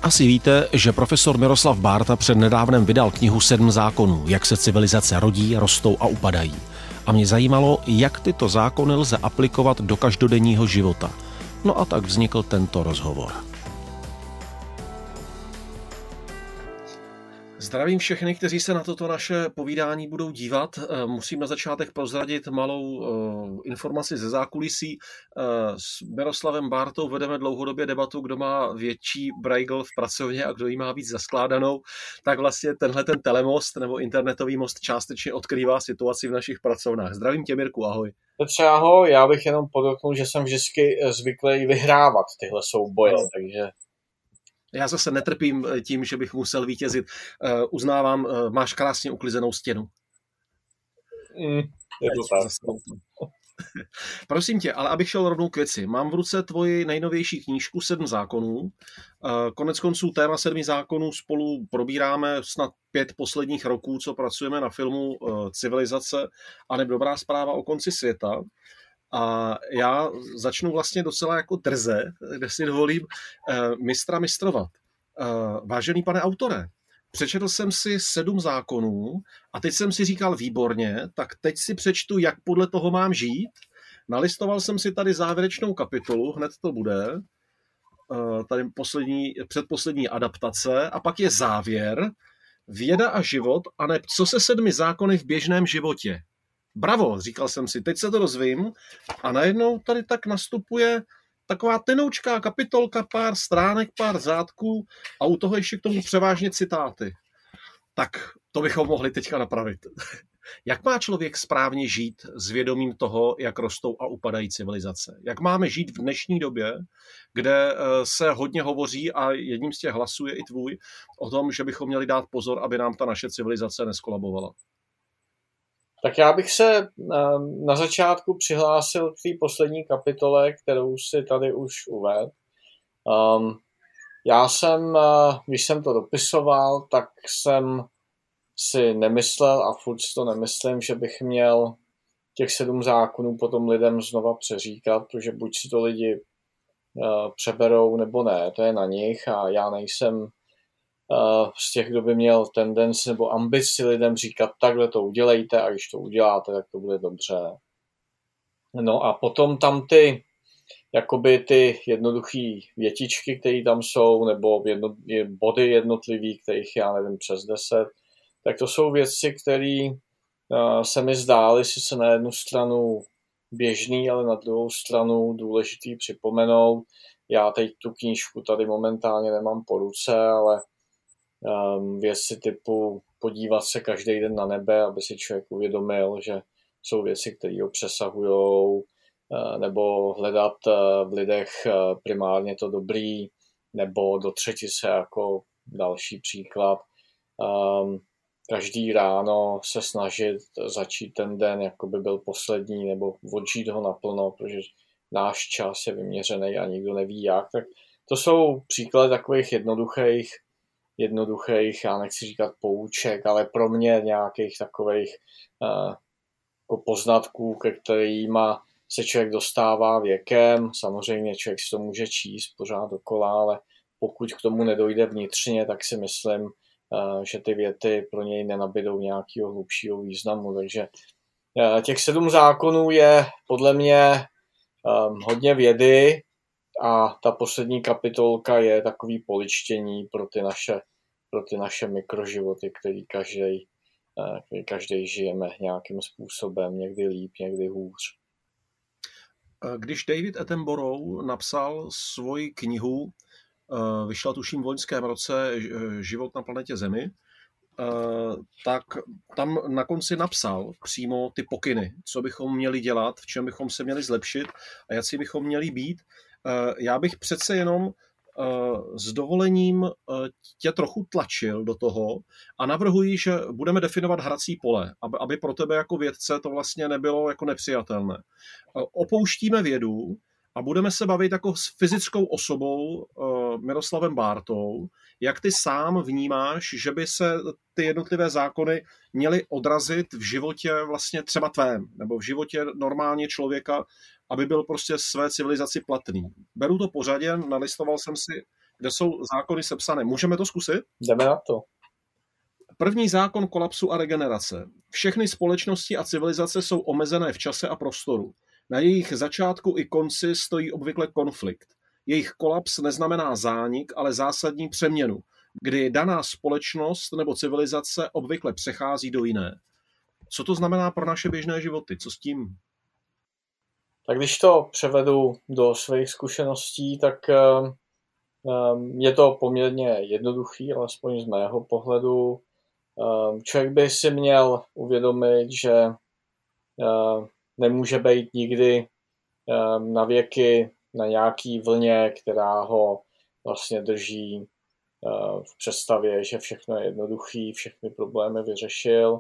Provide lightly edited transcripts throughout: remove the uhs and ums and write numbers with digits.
Asi víte, že profesor Miroslav Bárta přednedávnem vydal knihu 7 zákonů, jak se civilizace rodí, rostou a upadají. A mě zajímalo, jak tyto zákony lze aplikovat do každodenního života. No a tak vznikl tento rozhovor. Zdravím všechny, kteří se na toto naše povídání budou dívat. Musím na začátek prozradit malou informaci ze zákulisí. S Miroslavem Bártou vedeme dlouhodobě debatu, kdo má větší brajgl v pracovně a kdo ji má víc zaskládanou. Tak vlastně tenhle ten telemost nebo internetový most částečně odkrývá situaci v našich pracovnách. Zdravím tě, Mirku, ahoj. Petře, ahoj, já bych jenom podotknul, že jsem vždycky zvyklý vyhrávat tyhle souboje, takže... Já zase netrpím tím, že bych musel vítězit. Uznávám, máš krásně uklizenou stěnu. Je to tak. Prosím tě, ale abych šel rovnou k věci. Mám v ruce tvoji nejnovější knížku 7 zákonů. Konec konců téma 7 zákonů spolu probíráme snad 5 posledních roků, co pracujeme na filmu Civilizace a nebo Dobrá zpráva o konci světa. A já začnu vlastně docela jako drze, kde si dovolím mistra mistrovat. Vážený pane autore, přečetl jsem si 7 zákonů a teď jsem si říkal výborně, tak teď si přečtu, jak podle toho mám žít. Nalistoval jsem si tady závěrečnou kapitolu, hned to bude, tady předposlední adaptace a pak je závěr, věda a život a ne co se 7 zákony v běžném životě. Bravo, říkal jsem si, teď se to dozvím a najednou tady tak nastupuje taková tenoučká kapitolka, pár stránek, pár řádků a u toho ještě k tomu převážně citáty. Tak to bychom mohli teďka napravit. Jak má člověk správně žít s vědomím toho, jak rostou a upadají civilizace? Jak máme žít v dnešní době, kde se hodně hovoří a jedním z těch hlasů je i tvůj, o tom, že bychom měli dát pozor, aby nám ta naše civilizace neskolabovala? Tak já bych se na začátku přihlásil k té poslední kapitole, kterou si tady už uvedl. Já jsem, když jsem to dopisoval, tak jsem si nemyslel a furt si to nemyslím, že bych měl těch 7 zákonů potom lidem znova přeříkat, protože buď si to lidi přeberou nebo ne, to je na nich a já nejsem z těch, kdo by měl tendenci nebo ambici lidem říkat, takhle to udělejte a když to uděláte, tak to bude dobře. No a potom tam jakoby ty jednoduchý větičky, které tam jsou, nebo body jednotlivý, kterých já nevím přes 10, tak to jsou věci, které se mi zdály sice na jednu stranu běžný, ale na druhou stranu důležitý připomenout. Já teď tu knížku tady momentálně nemám po ruce, ale věci typu podívat se každý den na nebe, aby si člověk uvědomil, že jsou věci, které ho přesahujou, nebo hledat v lidech primárně to dobrý, nebo do třetice jako další příklad. Každý ráno se snažit začít ten den, jako by byl poslední, nebo odžít ho naplno, protože náš čas je vyměřený a nikdo neví jak. Tak to jsou příklady takových jednoduchých, já nechci říkat pouček, ale pro mě nějakých takových jako poznatků, ke kterýma se člověk dostává věkem. Samozřejmě člověk si to může číst pořád dokola, ale pokud k tomu nedojde vnitřně, tak si myslím, že ty věty pro něj nenabydou nějakého hlubšího významu. Takže těch 7 zákonů je podle mě hodně vědy a ta poslední kapitolka je takový poličtění pro ty naše mikroživoty, který každý žijeme nějakým způsobem, někdy líp, někdy hůř. Když David Attenborough napsal svoji knihu, vyšla tuším v loňském roce Život na planetě Zemi, tak tam na konci napsal přímo ty pokyny, co bychom měli dělat, v čem bychom se měli zlepšit a jaký bychom měli být. Já bych přece jenom s dovolením tě trochu tlačil do toho a navrhuji, že budeme definovat hrací pole, aby pro tebe jako vědce to vlastně nebylo jako nepřijatelné. Opouštíme vědu a budeme se bavit jako s fyzickou osobou Miroslavem Bártou, jak ty sám vnímáš, že by se ty jednotlivé zákony měly odrazit v životě vlastně třeba tvém, nebo v životě normálně člověka, aby byl prostě své civilizaci platný. Beru to pořadě, nalistoval jsem si kde jsou zákony sepsané. Můžeme to zkusit? Jdeme na to. První zákon kolapsu a regenerace. Všechny společnosti a civilizace jsou omezené v čase a prostoru. Na jejich začátku i konci stojí obvykle konflikt. Jejich kolaps neznamená zánik, ale zásadní přeměnu, kdy daná společnost nebo civilizace obvykle přechází do jiné. Co to znamená pro naše běžné životy? Co s tím? Tak když to převedu do svých zkušeností, tak je to poměrně jednoduchý, alespoň z mého pohledu. Člověk by si měl uvědomit, že nemůže být nikdy na věky na nějaký vlně, která ho vlastně drží v představě, že všechno je jednoduchý, všechny problémy vyřešil.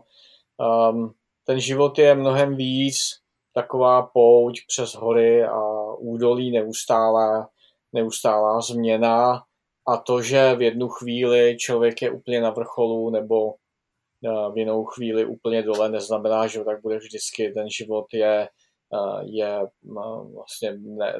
Ten život je mnohem víc taková pouť přes hory a údolí, neustálá změna, a to, že v jednu chvíli člověk je úplně na vrcholu nebo v jinou chvíli úplně dole, neznamená, že tak bude vždycky. Ten život je vlastně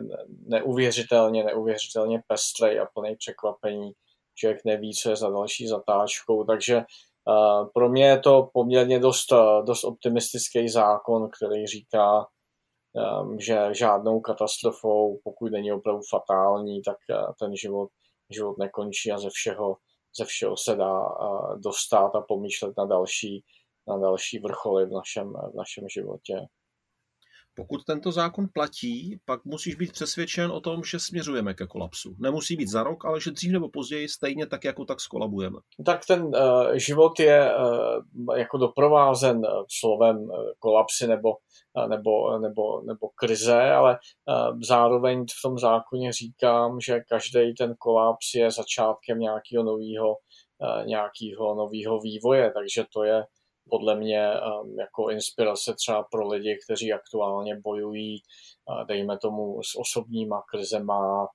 neuvěřitelně pestrý a plný překvapení. Člověk neví, co je za další zatáčkou, takže pro mě je to poměrně dost optimistický zákon, který říká, že žádnou katastrofou, pokud není opravdu fatální, tak ten život nekončí a ze všeho se dá dostat a pomýšlet na další vrcholy v našem životě. Pokud tento zákon platí, pak musíš být přesvědčen o tom, že směřujeme ke kolapsu. Nemusí být za rok, ale že dřív nebo později stejně tak jako tak skolabujeme. Tak ten život je jako doprovázen slovem kolapsy nebo krize, ale zároveň v tom zákoně říkám, že každý ten kolaps je začátkem nějakého nového vývoje, takže to je podle mě jako inspirace třeba pro lidi, kteří aktuálně bojují, dejme tomu, s osobníma krizema,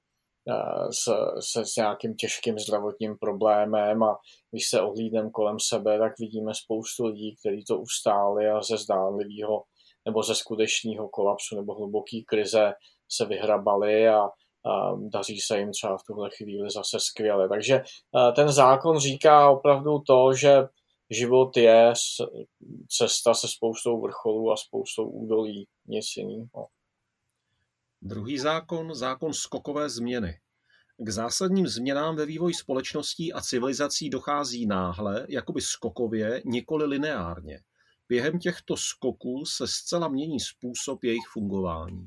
s nějakým těžkým zdravotním problémem, a když se ohlídneme kolem sebe, tak vidíme spoustu lidí, kteří to ustáli a ze zdánlivého nebo ze skutečného kolapsu nebo hluboké krize se vyhrabali a daří se jim třeba v tuhle chvíli zase skvěle. Takže ten zákon říká opravdu to, že život je cesta se spoustou vrcholů a spoustou údolí, nic jiného. Druhý zákon skokové změny. K zásadním změnám ve vývoji společností a civilizací dochází náhle, jakoby skokově, nikoli lineárně. Během těchto skoků se zcela mění způsob jejich fungování.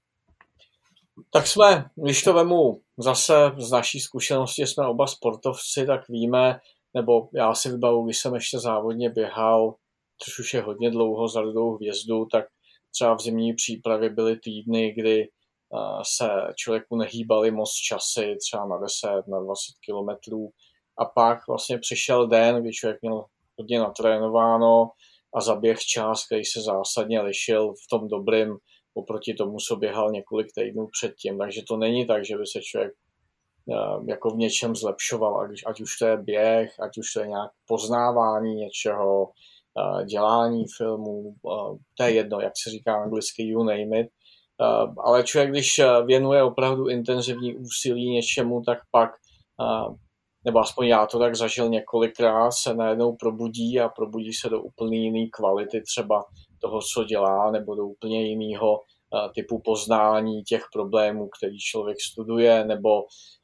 Tak když to vemu zase z naší zkušenosti, jsme oba sportovci, tak víme, nebo já si vybavu, když jsem ještě závodně běhal, což už je hodně dlouho za Rudou hvězdu, tak třeba v zimní přípravě byly týdny, kdy se člověku nehýbaly moc časy, třeba na 10, na 20 kilometrů. A pak vlastně přišel den, kdy člověk měl hodně natrénováno a zaběh čas, který se zásadně lišil v tom dobrým oproti tomu, co běhal několik týdnů předtím. Takže to není tak, že by se člověk jako v něčem zlepšoval, ať už to je běh, ať už to je nějak poznávání něčeho, dělání filmů, to je jedno, jak se říká anglicky, you name it. Ale člověk, když věnuje opravdu intenzivní úsilí něčemu, tak pak, nebo aspoň já to tak zažil několikrát, se najednou probudí se do úplně jiný kvality třeba toho, co dělá, nebo do úplně jiného typu poznání těch problémů, který člověk studuje, nebo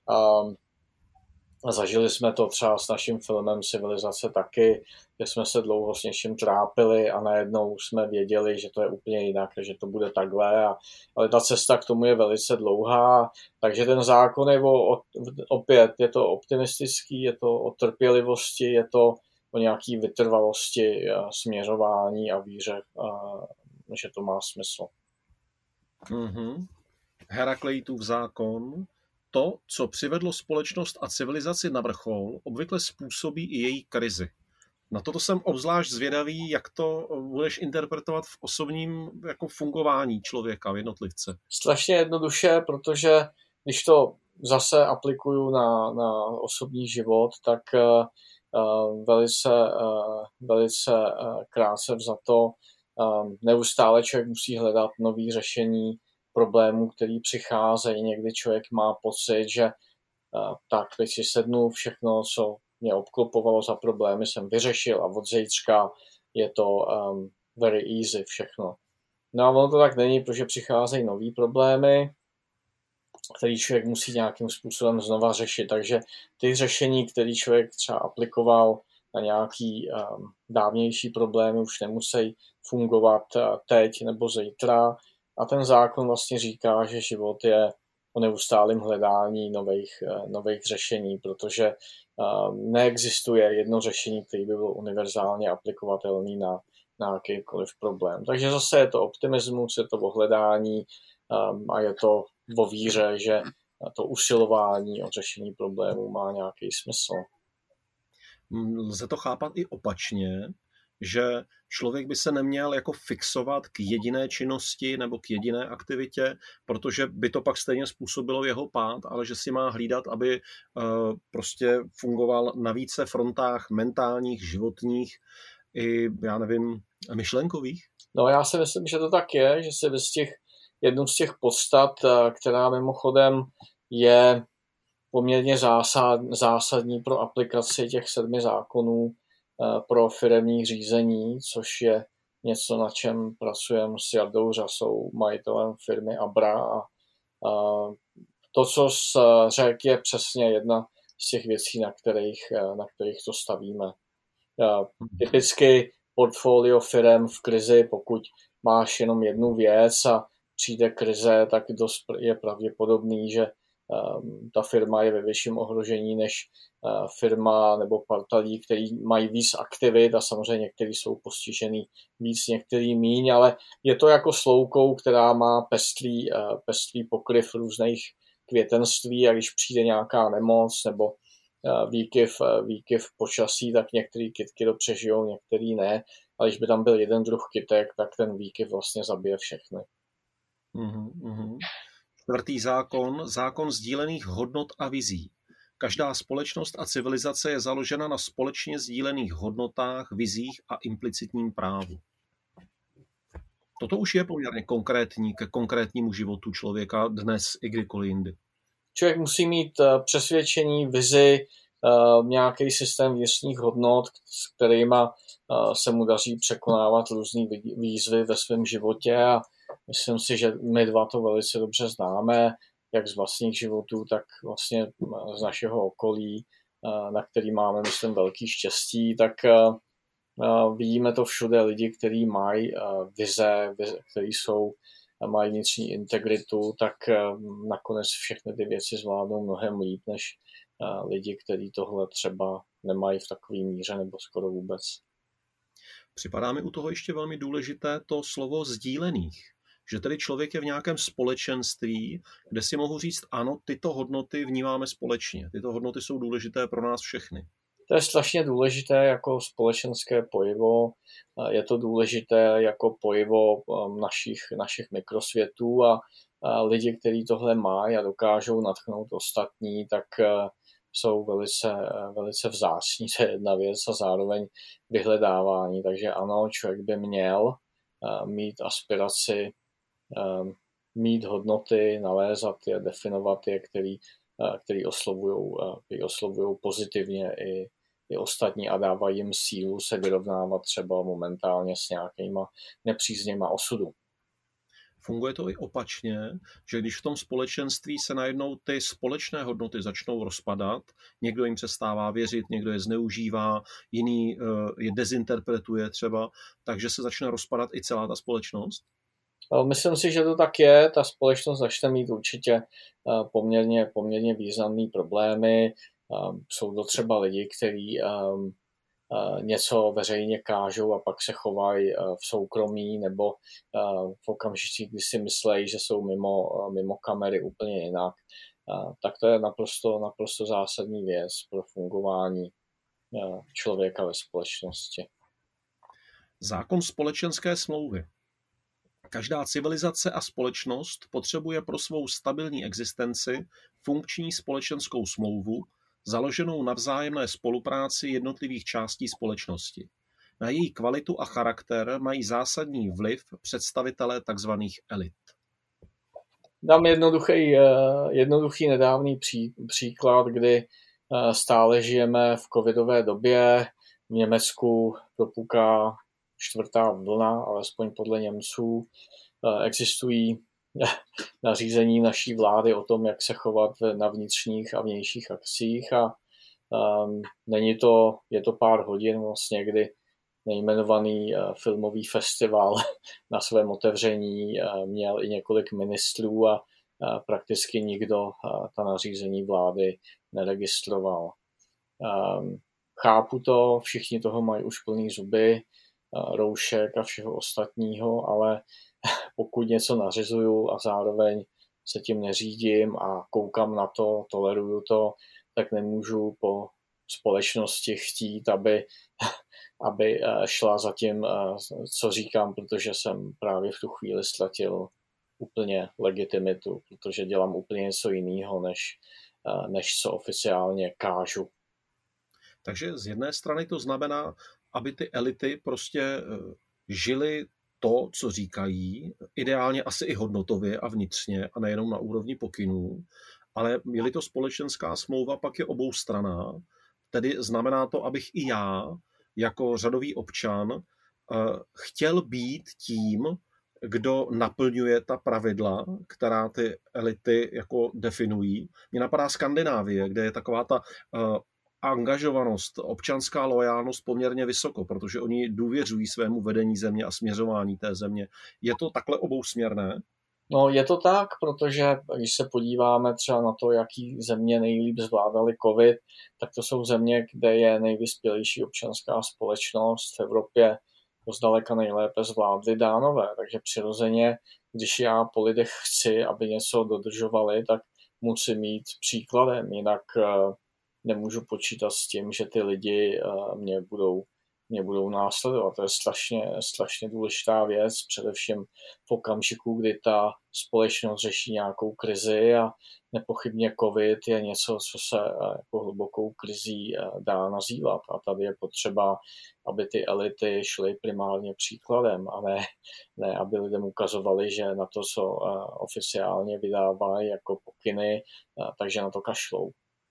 zažili jsme to třeba s naším filmem Civilizace taky, že jsme se dlouho s něčím trápili a najednou jsme věděli, že to je úplně jinak, že to bude takhle, ale ta cesta k tomu je velice dlouhá, takže ten zákon je opět je to optimistický, je to o trpělivosti, je to o nějaký vytrvalosti, směřování a víře, že to má smysl. Mm-hmm. Herakleitův zákon. To, co přivedlo společnost a civilizaci na vrchol, obvykle způsobí i její krizi. Na toto jsem obzvlášť zvědavý, jak to budeš interpretovat v osobním jako fungování člověka, jednotlivce. Strašně jednoduše, protože když to zase aplikuju na osobní život, tak velice krátce vzato neustále člověk musí hledat nový řešení problémů, který přicházejí. Někdy člověk má pocit, že tak teď si sednu, všechno, co mě obklopovalo za problémy, jsem vyřešil a od zítřka je to very easy všechno. No a ono to tak není, protože přicházejí nový problémy, který člověk musí nějakým způsobem znova řešit. Takže ty řešení, které člověk třeba aplikoval na nějaký dávnější problémy, už nemusí fungovat teď nebo zítra. A ten zákon vlastně říká, že život je o neustálém hledání nových řešení, protože neexistuje jedno řešení, které by bylo univerzálně aplikovatelné na jakýkoliv problém. Takže zase je to optimismus, je to o hledání a je to o víře, že to usilování o řešení problémů má nějaký smysl. Lze to chápat i opačně, že člověk by se neměl jako fixovat k jediné činnosti nebo k jediné aktivitě, protože by to pak stejně způsobilo jeho pád, ale že si má hlídat, aby prostě fungoval na více frontách mentálních, životních i, já nevím, myšlenkových? No já si myslím, že to tak je, že si jednou z těch podstat, která mimochodem je poměrně zásadní pro aplikaci těch 7 zákonů pro firemní řízení, což je něco, na čem pracujeme s Jardou Řasou, majitelem firmy Abra. A to, co řekl, je přesně jedna z těch věcí, na kterých to stavíme. Typicky portfolio firem v krizi, pokud máš jenom jednu věc a přijde krize, tak dost je pravděpodobný, že ta firma je ve větším ohrožení než firma nebo partalí, který mají víc aktivit a samozřejmě některý jsou postižený víc, některý míň, ale je to jako s loukou, která má pestrý pokryv různých květenství a když přijde nějaká nemoc nebo výkyv počasí, tak některé kytky to přežijou, některý ne, ale když by tam byl jeden druh kytek, tak ten výkyv vlastně zabije všechny. Mm-hmm. 4. zákon sdílených hodnot a vizí. Každá společnost a civilizace je založena na společně sdílených hodnotách, vizích a implicitním právu. Toto už je poměrně konkrétní ke konkrétnímu životu člověka dnes i kdykoliv jindy. Člověk musí mít přesvědčení, vizi, nějaký systém vnitřních hodnot, s kterýma se mu daří překonávat různé výzvy ve svém životě a myslím si, že my dva to velice dobře známe, jak z vlastních životů, tak vlastně z našeho okolí, na který máme, myslím, velký štěstí, tak vidíme to všude lidi, kteří mají vize, kteří mají vnitřní integritu, tak nakonec všechny ty věci zvládnou mnohem líp, než lidi, kteří tohle třeba nemají v takové míře nebo skoro vůbec. Připadá mi u toho ještě velmi důležité to slovo sdílených. Že tedy člověk je v nějakém společenství, kde si mohu říct, ano, tyto hodnoty vnímáme společně. Tyto hodnoty jsou důležité pro nás všechny. To je strašně důležité jako společenské pojivo. Je to důležité jako pojivo našich mikrosvětů a lidi, kteří tohle mají a dokážou nadchnout ostatní, tak jsou velice vzácní, to je jedna věc a zároveň vyhledávání. Takže ano, člověk by měl mít aspiraci, mít hodnoty, nalézat je, definovat je, který oslovují pozitivně i ostatní a dávají jim sílu se vyrovnávat třeba momentálně s nějakýma nepřízněma osudu. Funguje to i opačně, že když v tom společenství se najednou ty společné hodnoty začnou rozpadat, někdo jim přestává věřit, někdo je zneužívá, jiný je dezinterpretuje třeba, takže se začne rozpadat i celá ta společnost? Myslím si, že to tak je. Ta společnost začne mít určitě poměrně významné problémy. Jsou to třeba lidi, kteří něco veřejně kážou a pak se chovají v soukromí nebo v okamžicích, kdy si myslejí, že jsou mimo kamery úplně jinak. Tak to je naprosto zásadní věc pro fungování člověka ve společnosti. Zákon společenské smlouvy. Každá civilizace a společnost potřebuje pro svou stabilní existenci funkční společenskou smlouvu, založenou na vzájemné spolupráci jednotlivých částí společnosti. Na její kvalitu a charakter mají zásadní vliv představitelé tzv. Elit. Dám jednoduchý nedávný příklad, kdy stále žijeme v covidové době. V Německu propuká čtvrtá vlna, alespoň podle Němců. Existují nařízení naší vlády o tom, jak se chovat na vnitřních a vnějších akcích a je to pár hodin vlastně, kdy nejmenovaný filmový festival na svém otevření měl i několik ministrů a prakticky nikdo ta nařízení vlády neregistroval. Chápu to, všichni toho mají už plný zuby, roušek a všeho ostatního, ale pokud něco nařizuju a zároveň se tím neřídím a koukám na to, toleruju to, tak nemůžu po společnosti chtít, aby šla za tím, co říkám, protože jsem právě v tu chvíli ztratil úplně legitimitu, protože dělám úplně něco jiného, než co oficiálně kážu. Takže z jedné strany to znamená, aby ty elity prostě žily to, co říkají, ideálně asi i hodnotově a vnitřně a nejenom na úrovni pokynů, ale je-li to společenská smlouva, pak je oboustranná, tedy znamená to, abych i já jako řadový občan chtěl být tím, kdo naplňuje ta pravidla, která ty elity jako definují. Mně napadá Skandinávie, kde je taková ta angažovanost, občanská loajálnost poměrně vysoko, protože oni důvěřují svému vedení země a směřování té země. Je to takhle obousměrné? No, je to tak, protože když se podíváme třeba na to, jaký země nejlíp zvládaly covid, tak to jsou země, kde je nejvyspělejší občanská společnost. V Evropě to zdaleka nejlépe zvládli Dánové, takže přirozeně, když já po lidech chci, aby něco dodržovali, tak musím mít příkladem, jinak nemůžu počítat s tím, že ty lidi mě budou následovat. To je strašně důležitá věc, především v okamžiku, kdy ta společnost řeší nějakou krizi a nepochybně covid je něco, co se jako hlubokou krizí dá nazývat. A tady je potřeba, aby ty elity šly primárně příkladem a ne aby lidem ukazovali, že na to, co oficiálně vydávají jako pokyny, takže na to kašlou.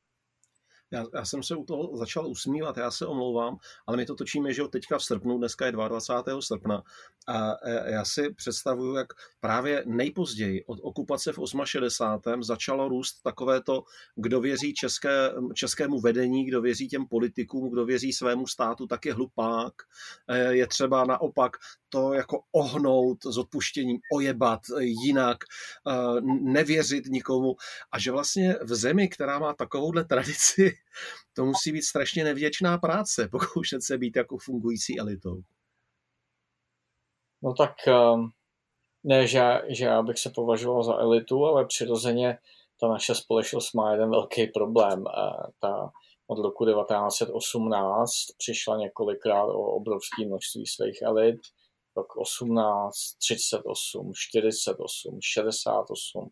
Já jsem se u toho začal usmívat, já se omlouvám, ale my to točíme, že teďka v srpnu, dneska je 22. srpna a já si představuju, jak právě nejpozději od okupace v 68. začalo růst takovéto, kdo věří českému vedení, kdo věří těm politikům, kdo věří svému státu, tak je hlupák. Je třeba naopak to jako ohnout s odpuštěním, ojebat jinak, nevěřit nikomu a že vlastně v zemi, která má takovouhle tradici, to musí být strašně nevděčná práce, pokoušet se být jako fungující elitou. No tak ne, že já bych se považoval za elitu, ale přirozeně ta naše společnost má jeden velký problém. Od roku 1918 přišla několikrát o obrovské množství svých elit. Rok 18, 38, 48, 68,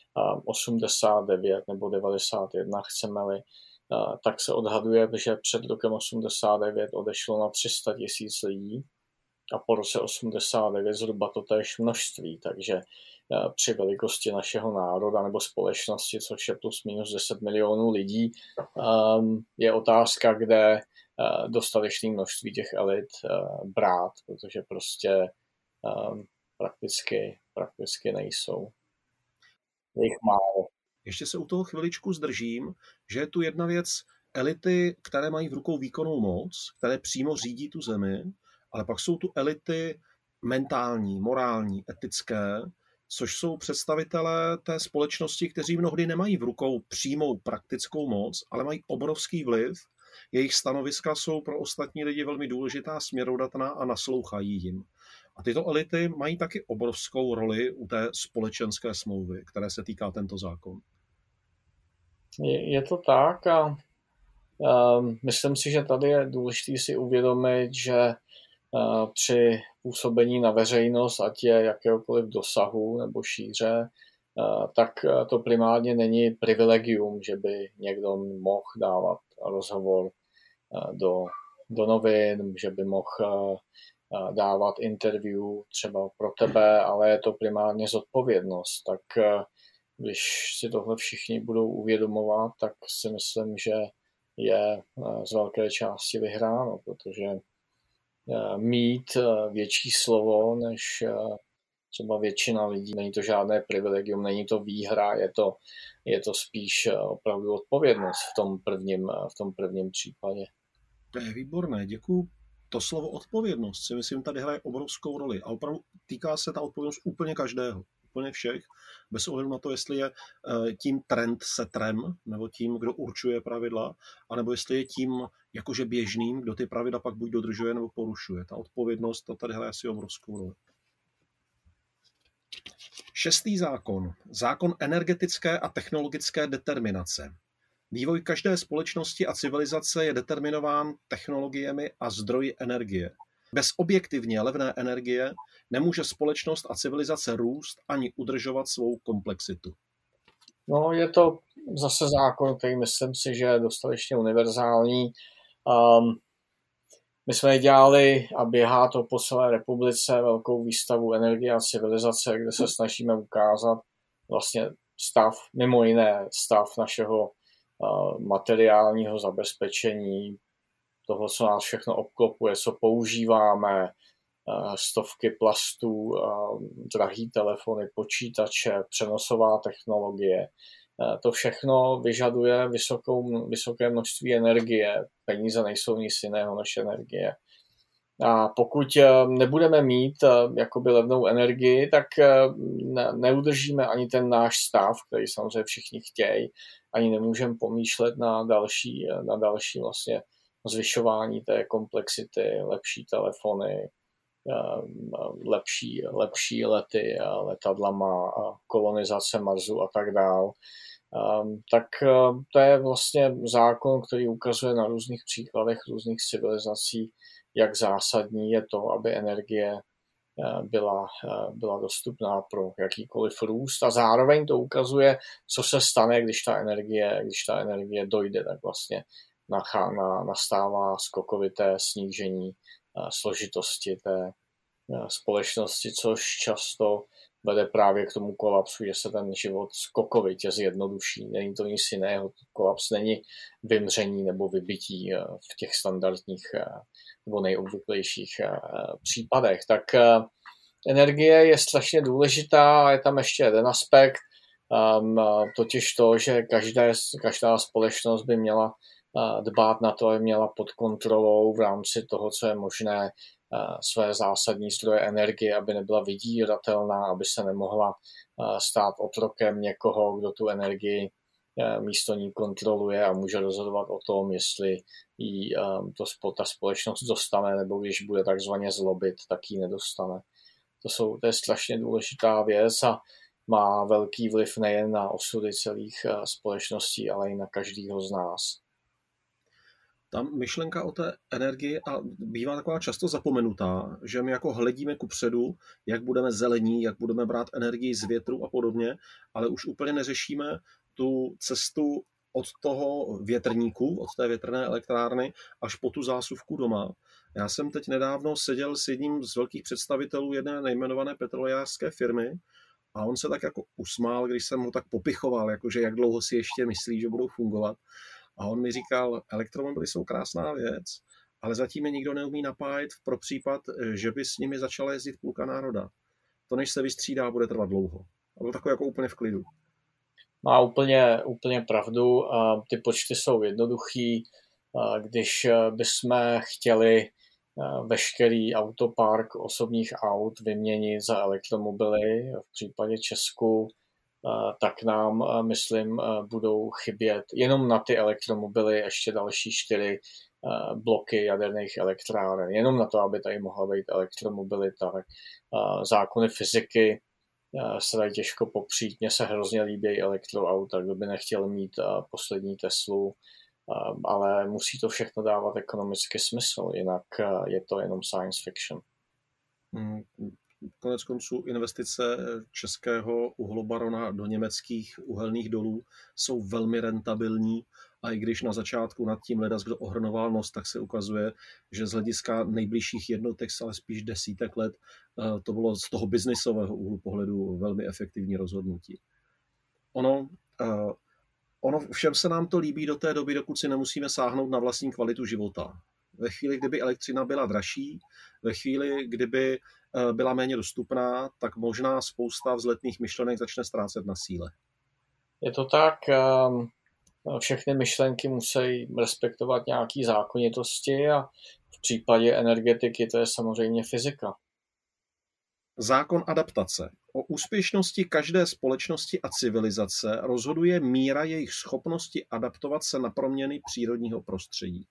89 nebo 91, chceme-li, tak se odhaduje, že před rokem 89 odešlo na 300 000 lidí a po roce 89 zhruba totéž množství, takže při velikosti našeho národa nebo společnosti, což je plus minus 10 milionů lidí, je otázka, kde dostatečné množství těch elit brát, protože prostě prakticky nejsou. Je jich málo. Ještě se u toho chviličku zdržím, že je tu jedna věc, elity, které mají v rukou výkonnou moc, které přímo řídí tu zemi, ale pak jsou tu elity mentální, morální, etické, což jsou představitelé té společnosti, kteří mnohdy nemají v rukou přímou praktickou moc, ale mají obrovský vliv. Jejich stanoviska jsou pro ostatní lidi velmi důležitá, směrodatná a naslouchají jim. A tyto elity mají taky obrovskou roli u té společenské smlouvy, které se týká tento zákon. Je to tak a myslím si, že tady je důležité si uvědomit, že při působení na veřejnost, ať je jakéhokoliv dosahu nebo šíře, tak to primárně není privilegium, že by někdo mohl dávat rozhovor do novin, že by mohl dávat interview třeba pro tebe, ale je to primárně zodpovědnost. Tak když si tohle všichni budou uvědomovat, tak si myslím, že je z velké části vyhráno, protože mít větší slovo než třeba většina lidí, není to žádné privilegium, není to výhra, je to spíš opravdu odpovědnost v tom prvním případě. To je výborné, děkuju. To slovo odpovědnost si myslím tady hraje obrovskou roli a opravdu týká se ta odpovědnost úplně každého, úplně všech, bez ohledu na to, jestli je tím trendsetterem, nebo tím, kdo určuje pravidla, anebo jestli je tím jakože běžným, kdo ty pravidla pak buď dodržuje, nebo porušuje. Ta odpovědnost, to tady hraje asi obrovskou roli. 6. zákon. Zákon energetické a technologické determinace. Vývoj každé společnosti a civilizace je determinován technologiemi a zdroji energie. Bez objektivně levné energie nemůže společnost a civilizace růst ani udržovat svou komplexitu. No, je to zase zákon, který myslím si, že je dostatečně univerzální. My jsme dělali a běhá to po celé republice velkou výstavu energie a civilizace, kde se snažíme ukázat vlastně stav, mimo jiné stav našeho materiálního zabezpečení, toho, co nás všechno obklopuje, co používáme, stovky plastů, drahý telefony, počítače, přenosová technologie. To všechno vyžaduje vysoké množství energie. Peníze nejsou nic jiného než energie. A pokud nebudeme mít jakoby levnou energii, tak neudržíme ani ten náš stav, který samozřejmě všichni chtějí, ani nemůžeme pomýšlet na další vlastně zvyšování té komplexity, lepší telefony, lepší lety letadlama, kolonizace Marsu a tak dál. Tak to je vlastně zákon, který ukazuje na různých příkladech různých civilizací, jak zásadní je to, aby energie byla dostupná pro jakýkoliv růst a zároveň to ukazuje, co se stane, když ta energie dojde, tak vlastně nastává skokovité snížení složitosti té společnosti, což často vede právě k tomu kolapsu, že se ten život skokovitě zjednoduší. Není to nic jiného. Kolaps není vymření nebo vybití v těch standardních nebo nejobvyklejších případech. Tak energie je strašně důležitá a je tam ještě jeden aspekt, totiž to, že každá společnost by měla dbát na to, aby měla pod kontrolou v rámci toho, co je možné, své zásadní zdroje energie, aby nebyla vydíratelná, aby se nemohla stát otrokem někoho, kdo tu energii místo ní kontroluje a může rozhodovat o tom, jestli jí ta společnost dostane, nebo když bude takzvaně zlobit, tak ji nedostane. To je strašně důležitá věc a má velký vliv nejen na osudy celých společností, ale i na každého z nás. Ta myšlenka o té energii bývá taková často zapomenutá, že my jako hledíme kupředu, jak budeme zelení, jak budeme brát energii z větru a podobně, ale už úplně neřešíme tu cestu od toho větrníku, od té větrné elektrárny, až po tu zásuvku doma. Já jsem teď nedávno seděl s jedním z velkých představitelů jedné nejmenované petrolejářské firmy a on se tak jako usmál, když jsem ho tak popichoval, jakože jak dlouho si ještě myslí, že budou fungovat. A on mi říkal, elektromobily jsou krásná věc, ale zatím je nikdo neumí napájet pro případ, že by s nimi začala jezdit půlka národa. To, než se vystřídá, bude trvat dlouho. A byl takový jako úplně v klidu. Má úplně pravdu. Ty počty jsou jednoduchý. Když bychom chtěli veškerý autopark osobních aut vyměnit za elektromobily, v případě Česku, tak nám, myslím, budou chybět jenom na ty elektromobily ještě další 4 bloky jaderných elektráren. Jenom na to, aby tady mohla být elektromobilita. Zákony fyziky se dají těžko popřít. Mně se hrozně líbí elektroauta, kdo by nechtěl mít poslední Teslu, ale musí to všechno dávat ekonomický smysl, jinak je to jenom science fiction. Konec konců investice českého uhlobarona do německých uhelných dolů jsou velmi rentabilní a i když na začátku nad tím ledaskdo ohrnoval nos, tak se ukazuje, že z hlediska nejbližších jednotek, ale spíš desítek let, to bylo z toho biznisového úhlu pohledu velmi efektivní rozhodnutí. Ono všem se nám to líbí do té doby, dokud si nemusíme sáhnout na vlastní kvalitu života. Ve chvíli, kdyby elektřina byla dražší, ve chvíli, kdyby byla méně dostupná, tak možná spousta vzletných myšlenek začne ztrácet na síle. Je to tak, všechny myšlenky musí respektovat nějaké zákonitosti a v případě energetiky to je samozřejmě fyzika. Zákon adaptace. O úspěšnosti každé společnosti a civilizace rozhoduje míra jejich schopnosti adaptovat se na proměny přírodního prostředí.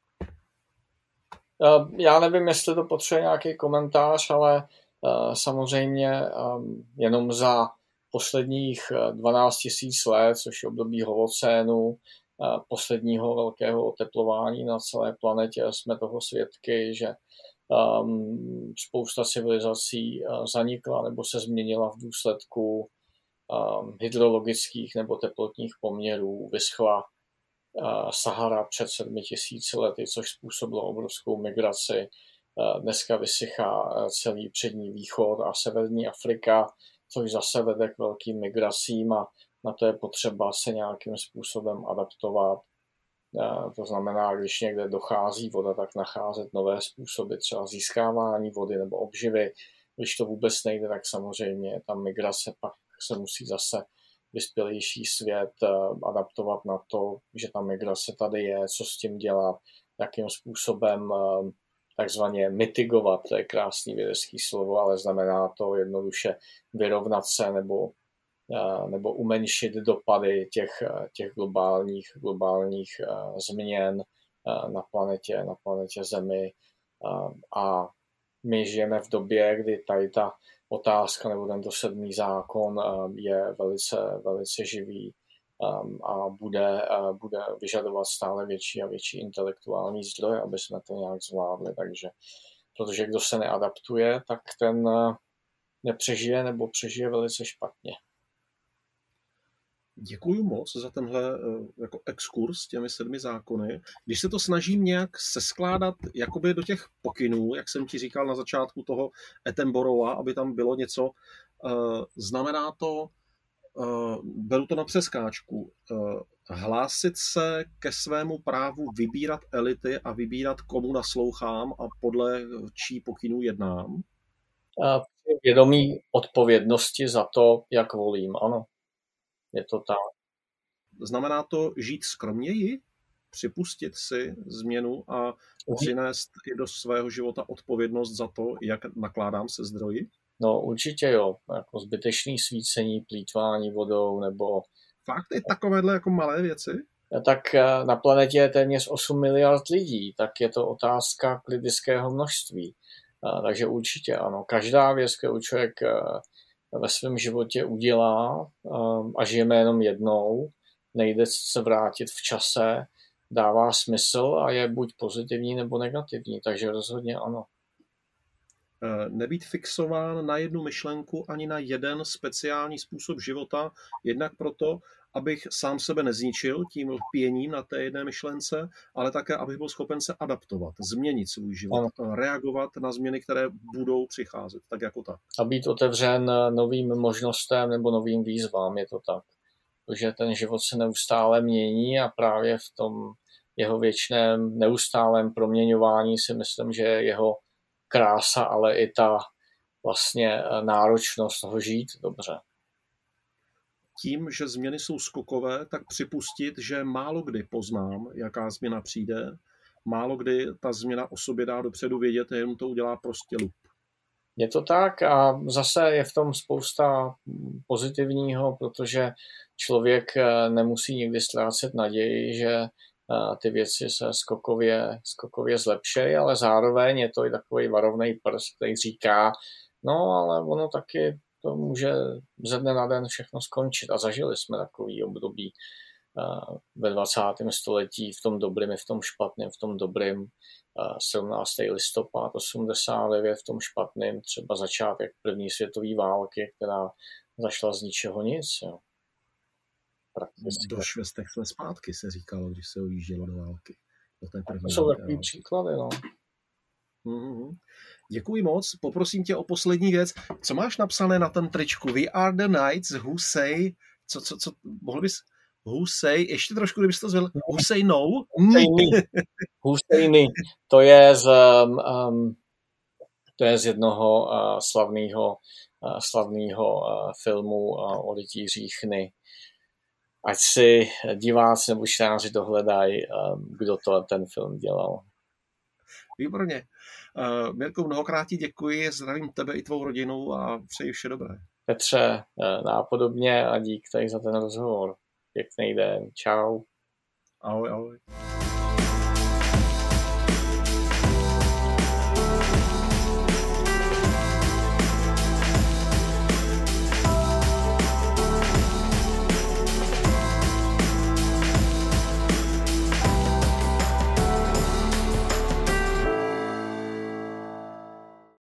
Já nevím, jestli to potřebuje nějaký komentář, ale samozřejmě jenom za posledních 12 000 let, což je období holocénu, posledního velkého oteplování na celé planetě, jsme toho svědky, že spousta civilizací zanikla nebo se změnila v důsledku hydrologických nebo teplotních poměrů. Vyschla Sahara před 7000 lety, což způsobilo obrovskou migraci. Dneska vysychá celý přední východ a severní Afrika, což zase vede k velkým migracím a na to je potřeba se nějakým způsobem adaptovat. To znamená, když někde dochází voda, tak nacházet nové způsoby, třeba získávání vody nebo obživy. Když to vůbec nejde, tak samozřejmě ta migrace pak se musí zase vyspělejší svět adaptovat na to, že ta migrace tady je, co s tím dělat, jakým způsobem takzvaně mitigovat, to je krásný vědecký slovo, ale znamená to jednoduše vyrovnat se nebo umenšit dopady těch globálních změn na planetě Zemi. A my žijeme v době, kdy tady ta otázka nebo tento 7. zákon je velice, velice živý a bude vyžadovat stále větší a větší intelektuální zdroje, aby jsme to nějak zvládli. Takže, protože kdo se neadaptuje, tak ten nepřežije nebo přežije velice špatně. Děkuji moc za tenhle jako exkurs s těmi 7 zákony. Když se to snažím nějak seskládat jakoby do těch pokynů, jak jsem ti říkal na začátku toho Attenborougha, aby tam bylo něco, znamená to, beru to na přeskáčku, hlásit se ke svému právu vybírat elity a vybírat, komu naslouchám a podle čí pokynů jednám? Vědomí odpovědnosti za to, jak volím, ano. Je to tak. Znamená to žít skromněji, připustit si změnu a přinést i do svého života odpovědnost za to, jak nakládám se zdroji? No určitě jo, jako zbytečný svícení, plýtvání vodou nebo... Fakt i takovéhle jako malé věci? Tak na planetě je téměř 8 miliard lidí, tak je to otázka kritického množství. Takže určitě ano, každá věc, kterou člověk ve svém životě udělá a žijeme jenom jednou, nejde se vrátit v čase, dává smysl a je buď pozitivní nebo negativní, takže rozhodně ano. Nebýt fixován na jednu myšlenku ani na jeden speciální způsob života, jednak proto, abych sám sebe nezničil tím lpěním na té jedné myšlence, ale také, abych byl schopen se adaptovat, změnit svůj život, reagovat na změny, které budou přicházet, tak jako tak. A být otevřen novým možnostem nebo novým výzvám, je to tak. Protože ten život se neustále mění a právě v tom jeho věčném neustálém proměňování si myslím, že je jeho krása, ale i ta vlastně náročnost ho žít dobře. Tím, že změny jsou skokové, tak připustit, že málo kdy poznám, jaká změna přijde, málo kdy ta změna o sobě dá dopředu vědět, jenom to udělá prostě lup. Je to tak a zase je v tom spousta pozitivního, protože člověk nemusí nikdy ztrácet naději, že ty věci se skokově zlepšejí, ale zároveň je to i takový varovný prst, který říká, no ale ono taky to může ze dne na den všechno skončit a zažili jsme takový období ve 20. století v tom dobrým i v tom špatném, v tom dobrým 17. listopad 89, v tom špatném třeba začátek první světové války, která zašla z ničeho nic. Jo. Do švestech jsme zpátky, se říkalo, když se ujíždělo do války. Do té první to jsou takový příklady, no. Mm-hmm. Děkuji moc. Poprosím tě o poslední věc. Co máš napsané na tom tričku? We are the knights who say Co mohl bys who say, ještě trošku, kdybys to zvěl, who say no? Husejny. To je z jednoho slavného filmu o rytířích Chny. Ať si diváci nebo čtenáři dohledají, kdo ten film dělal. Výborně. Mirko, mnohokrát ti děkuji, zdravím tebe i tvou rodinu a přeji vše dobré. Petře, nápodobně a dík tady za ten rozhovor. Pěkný den. Čau. Ahoj, ahoj.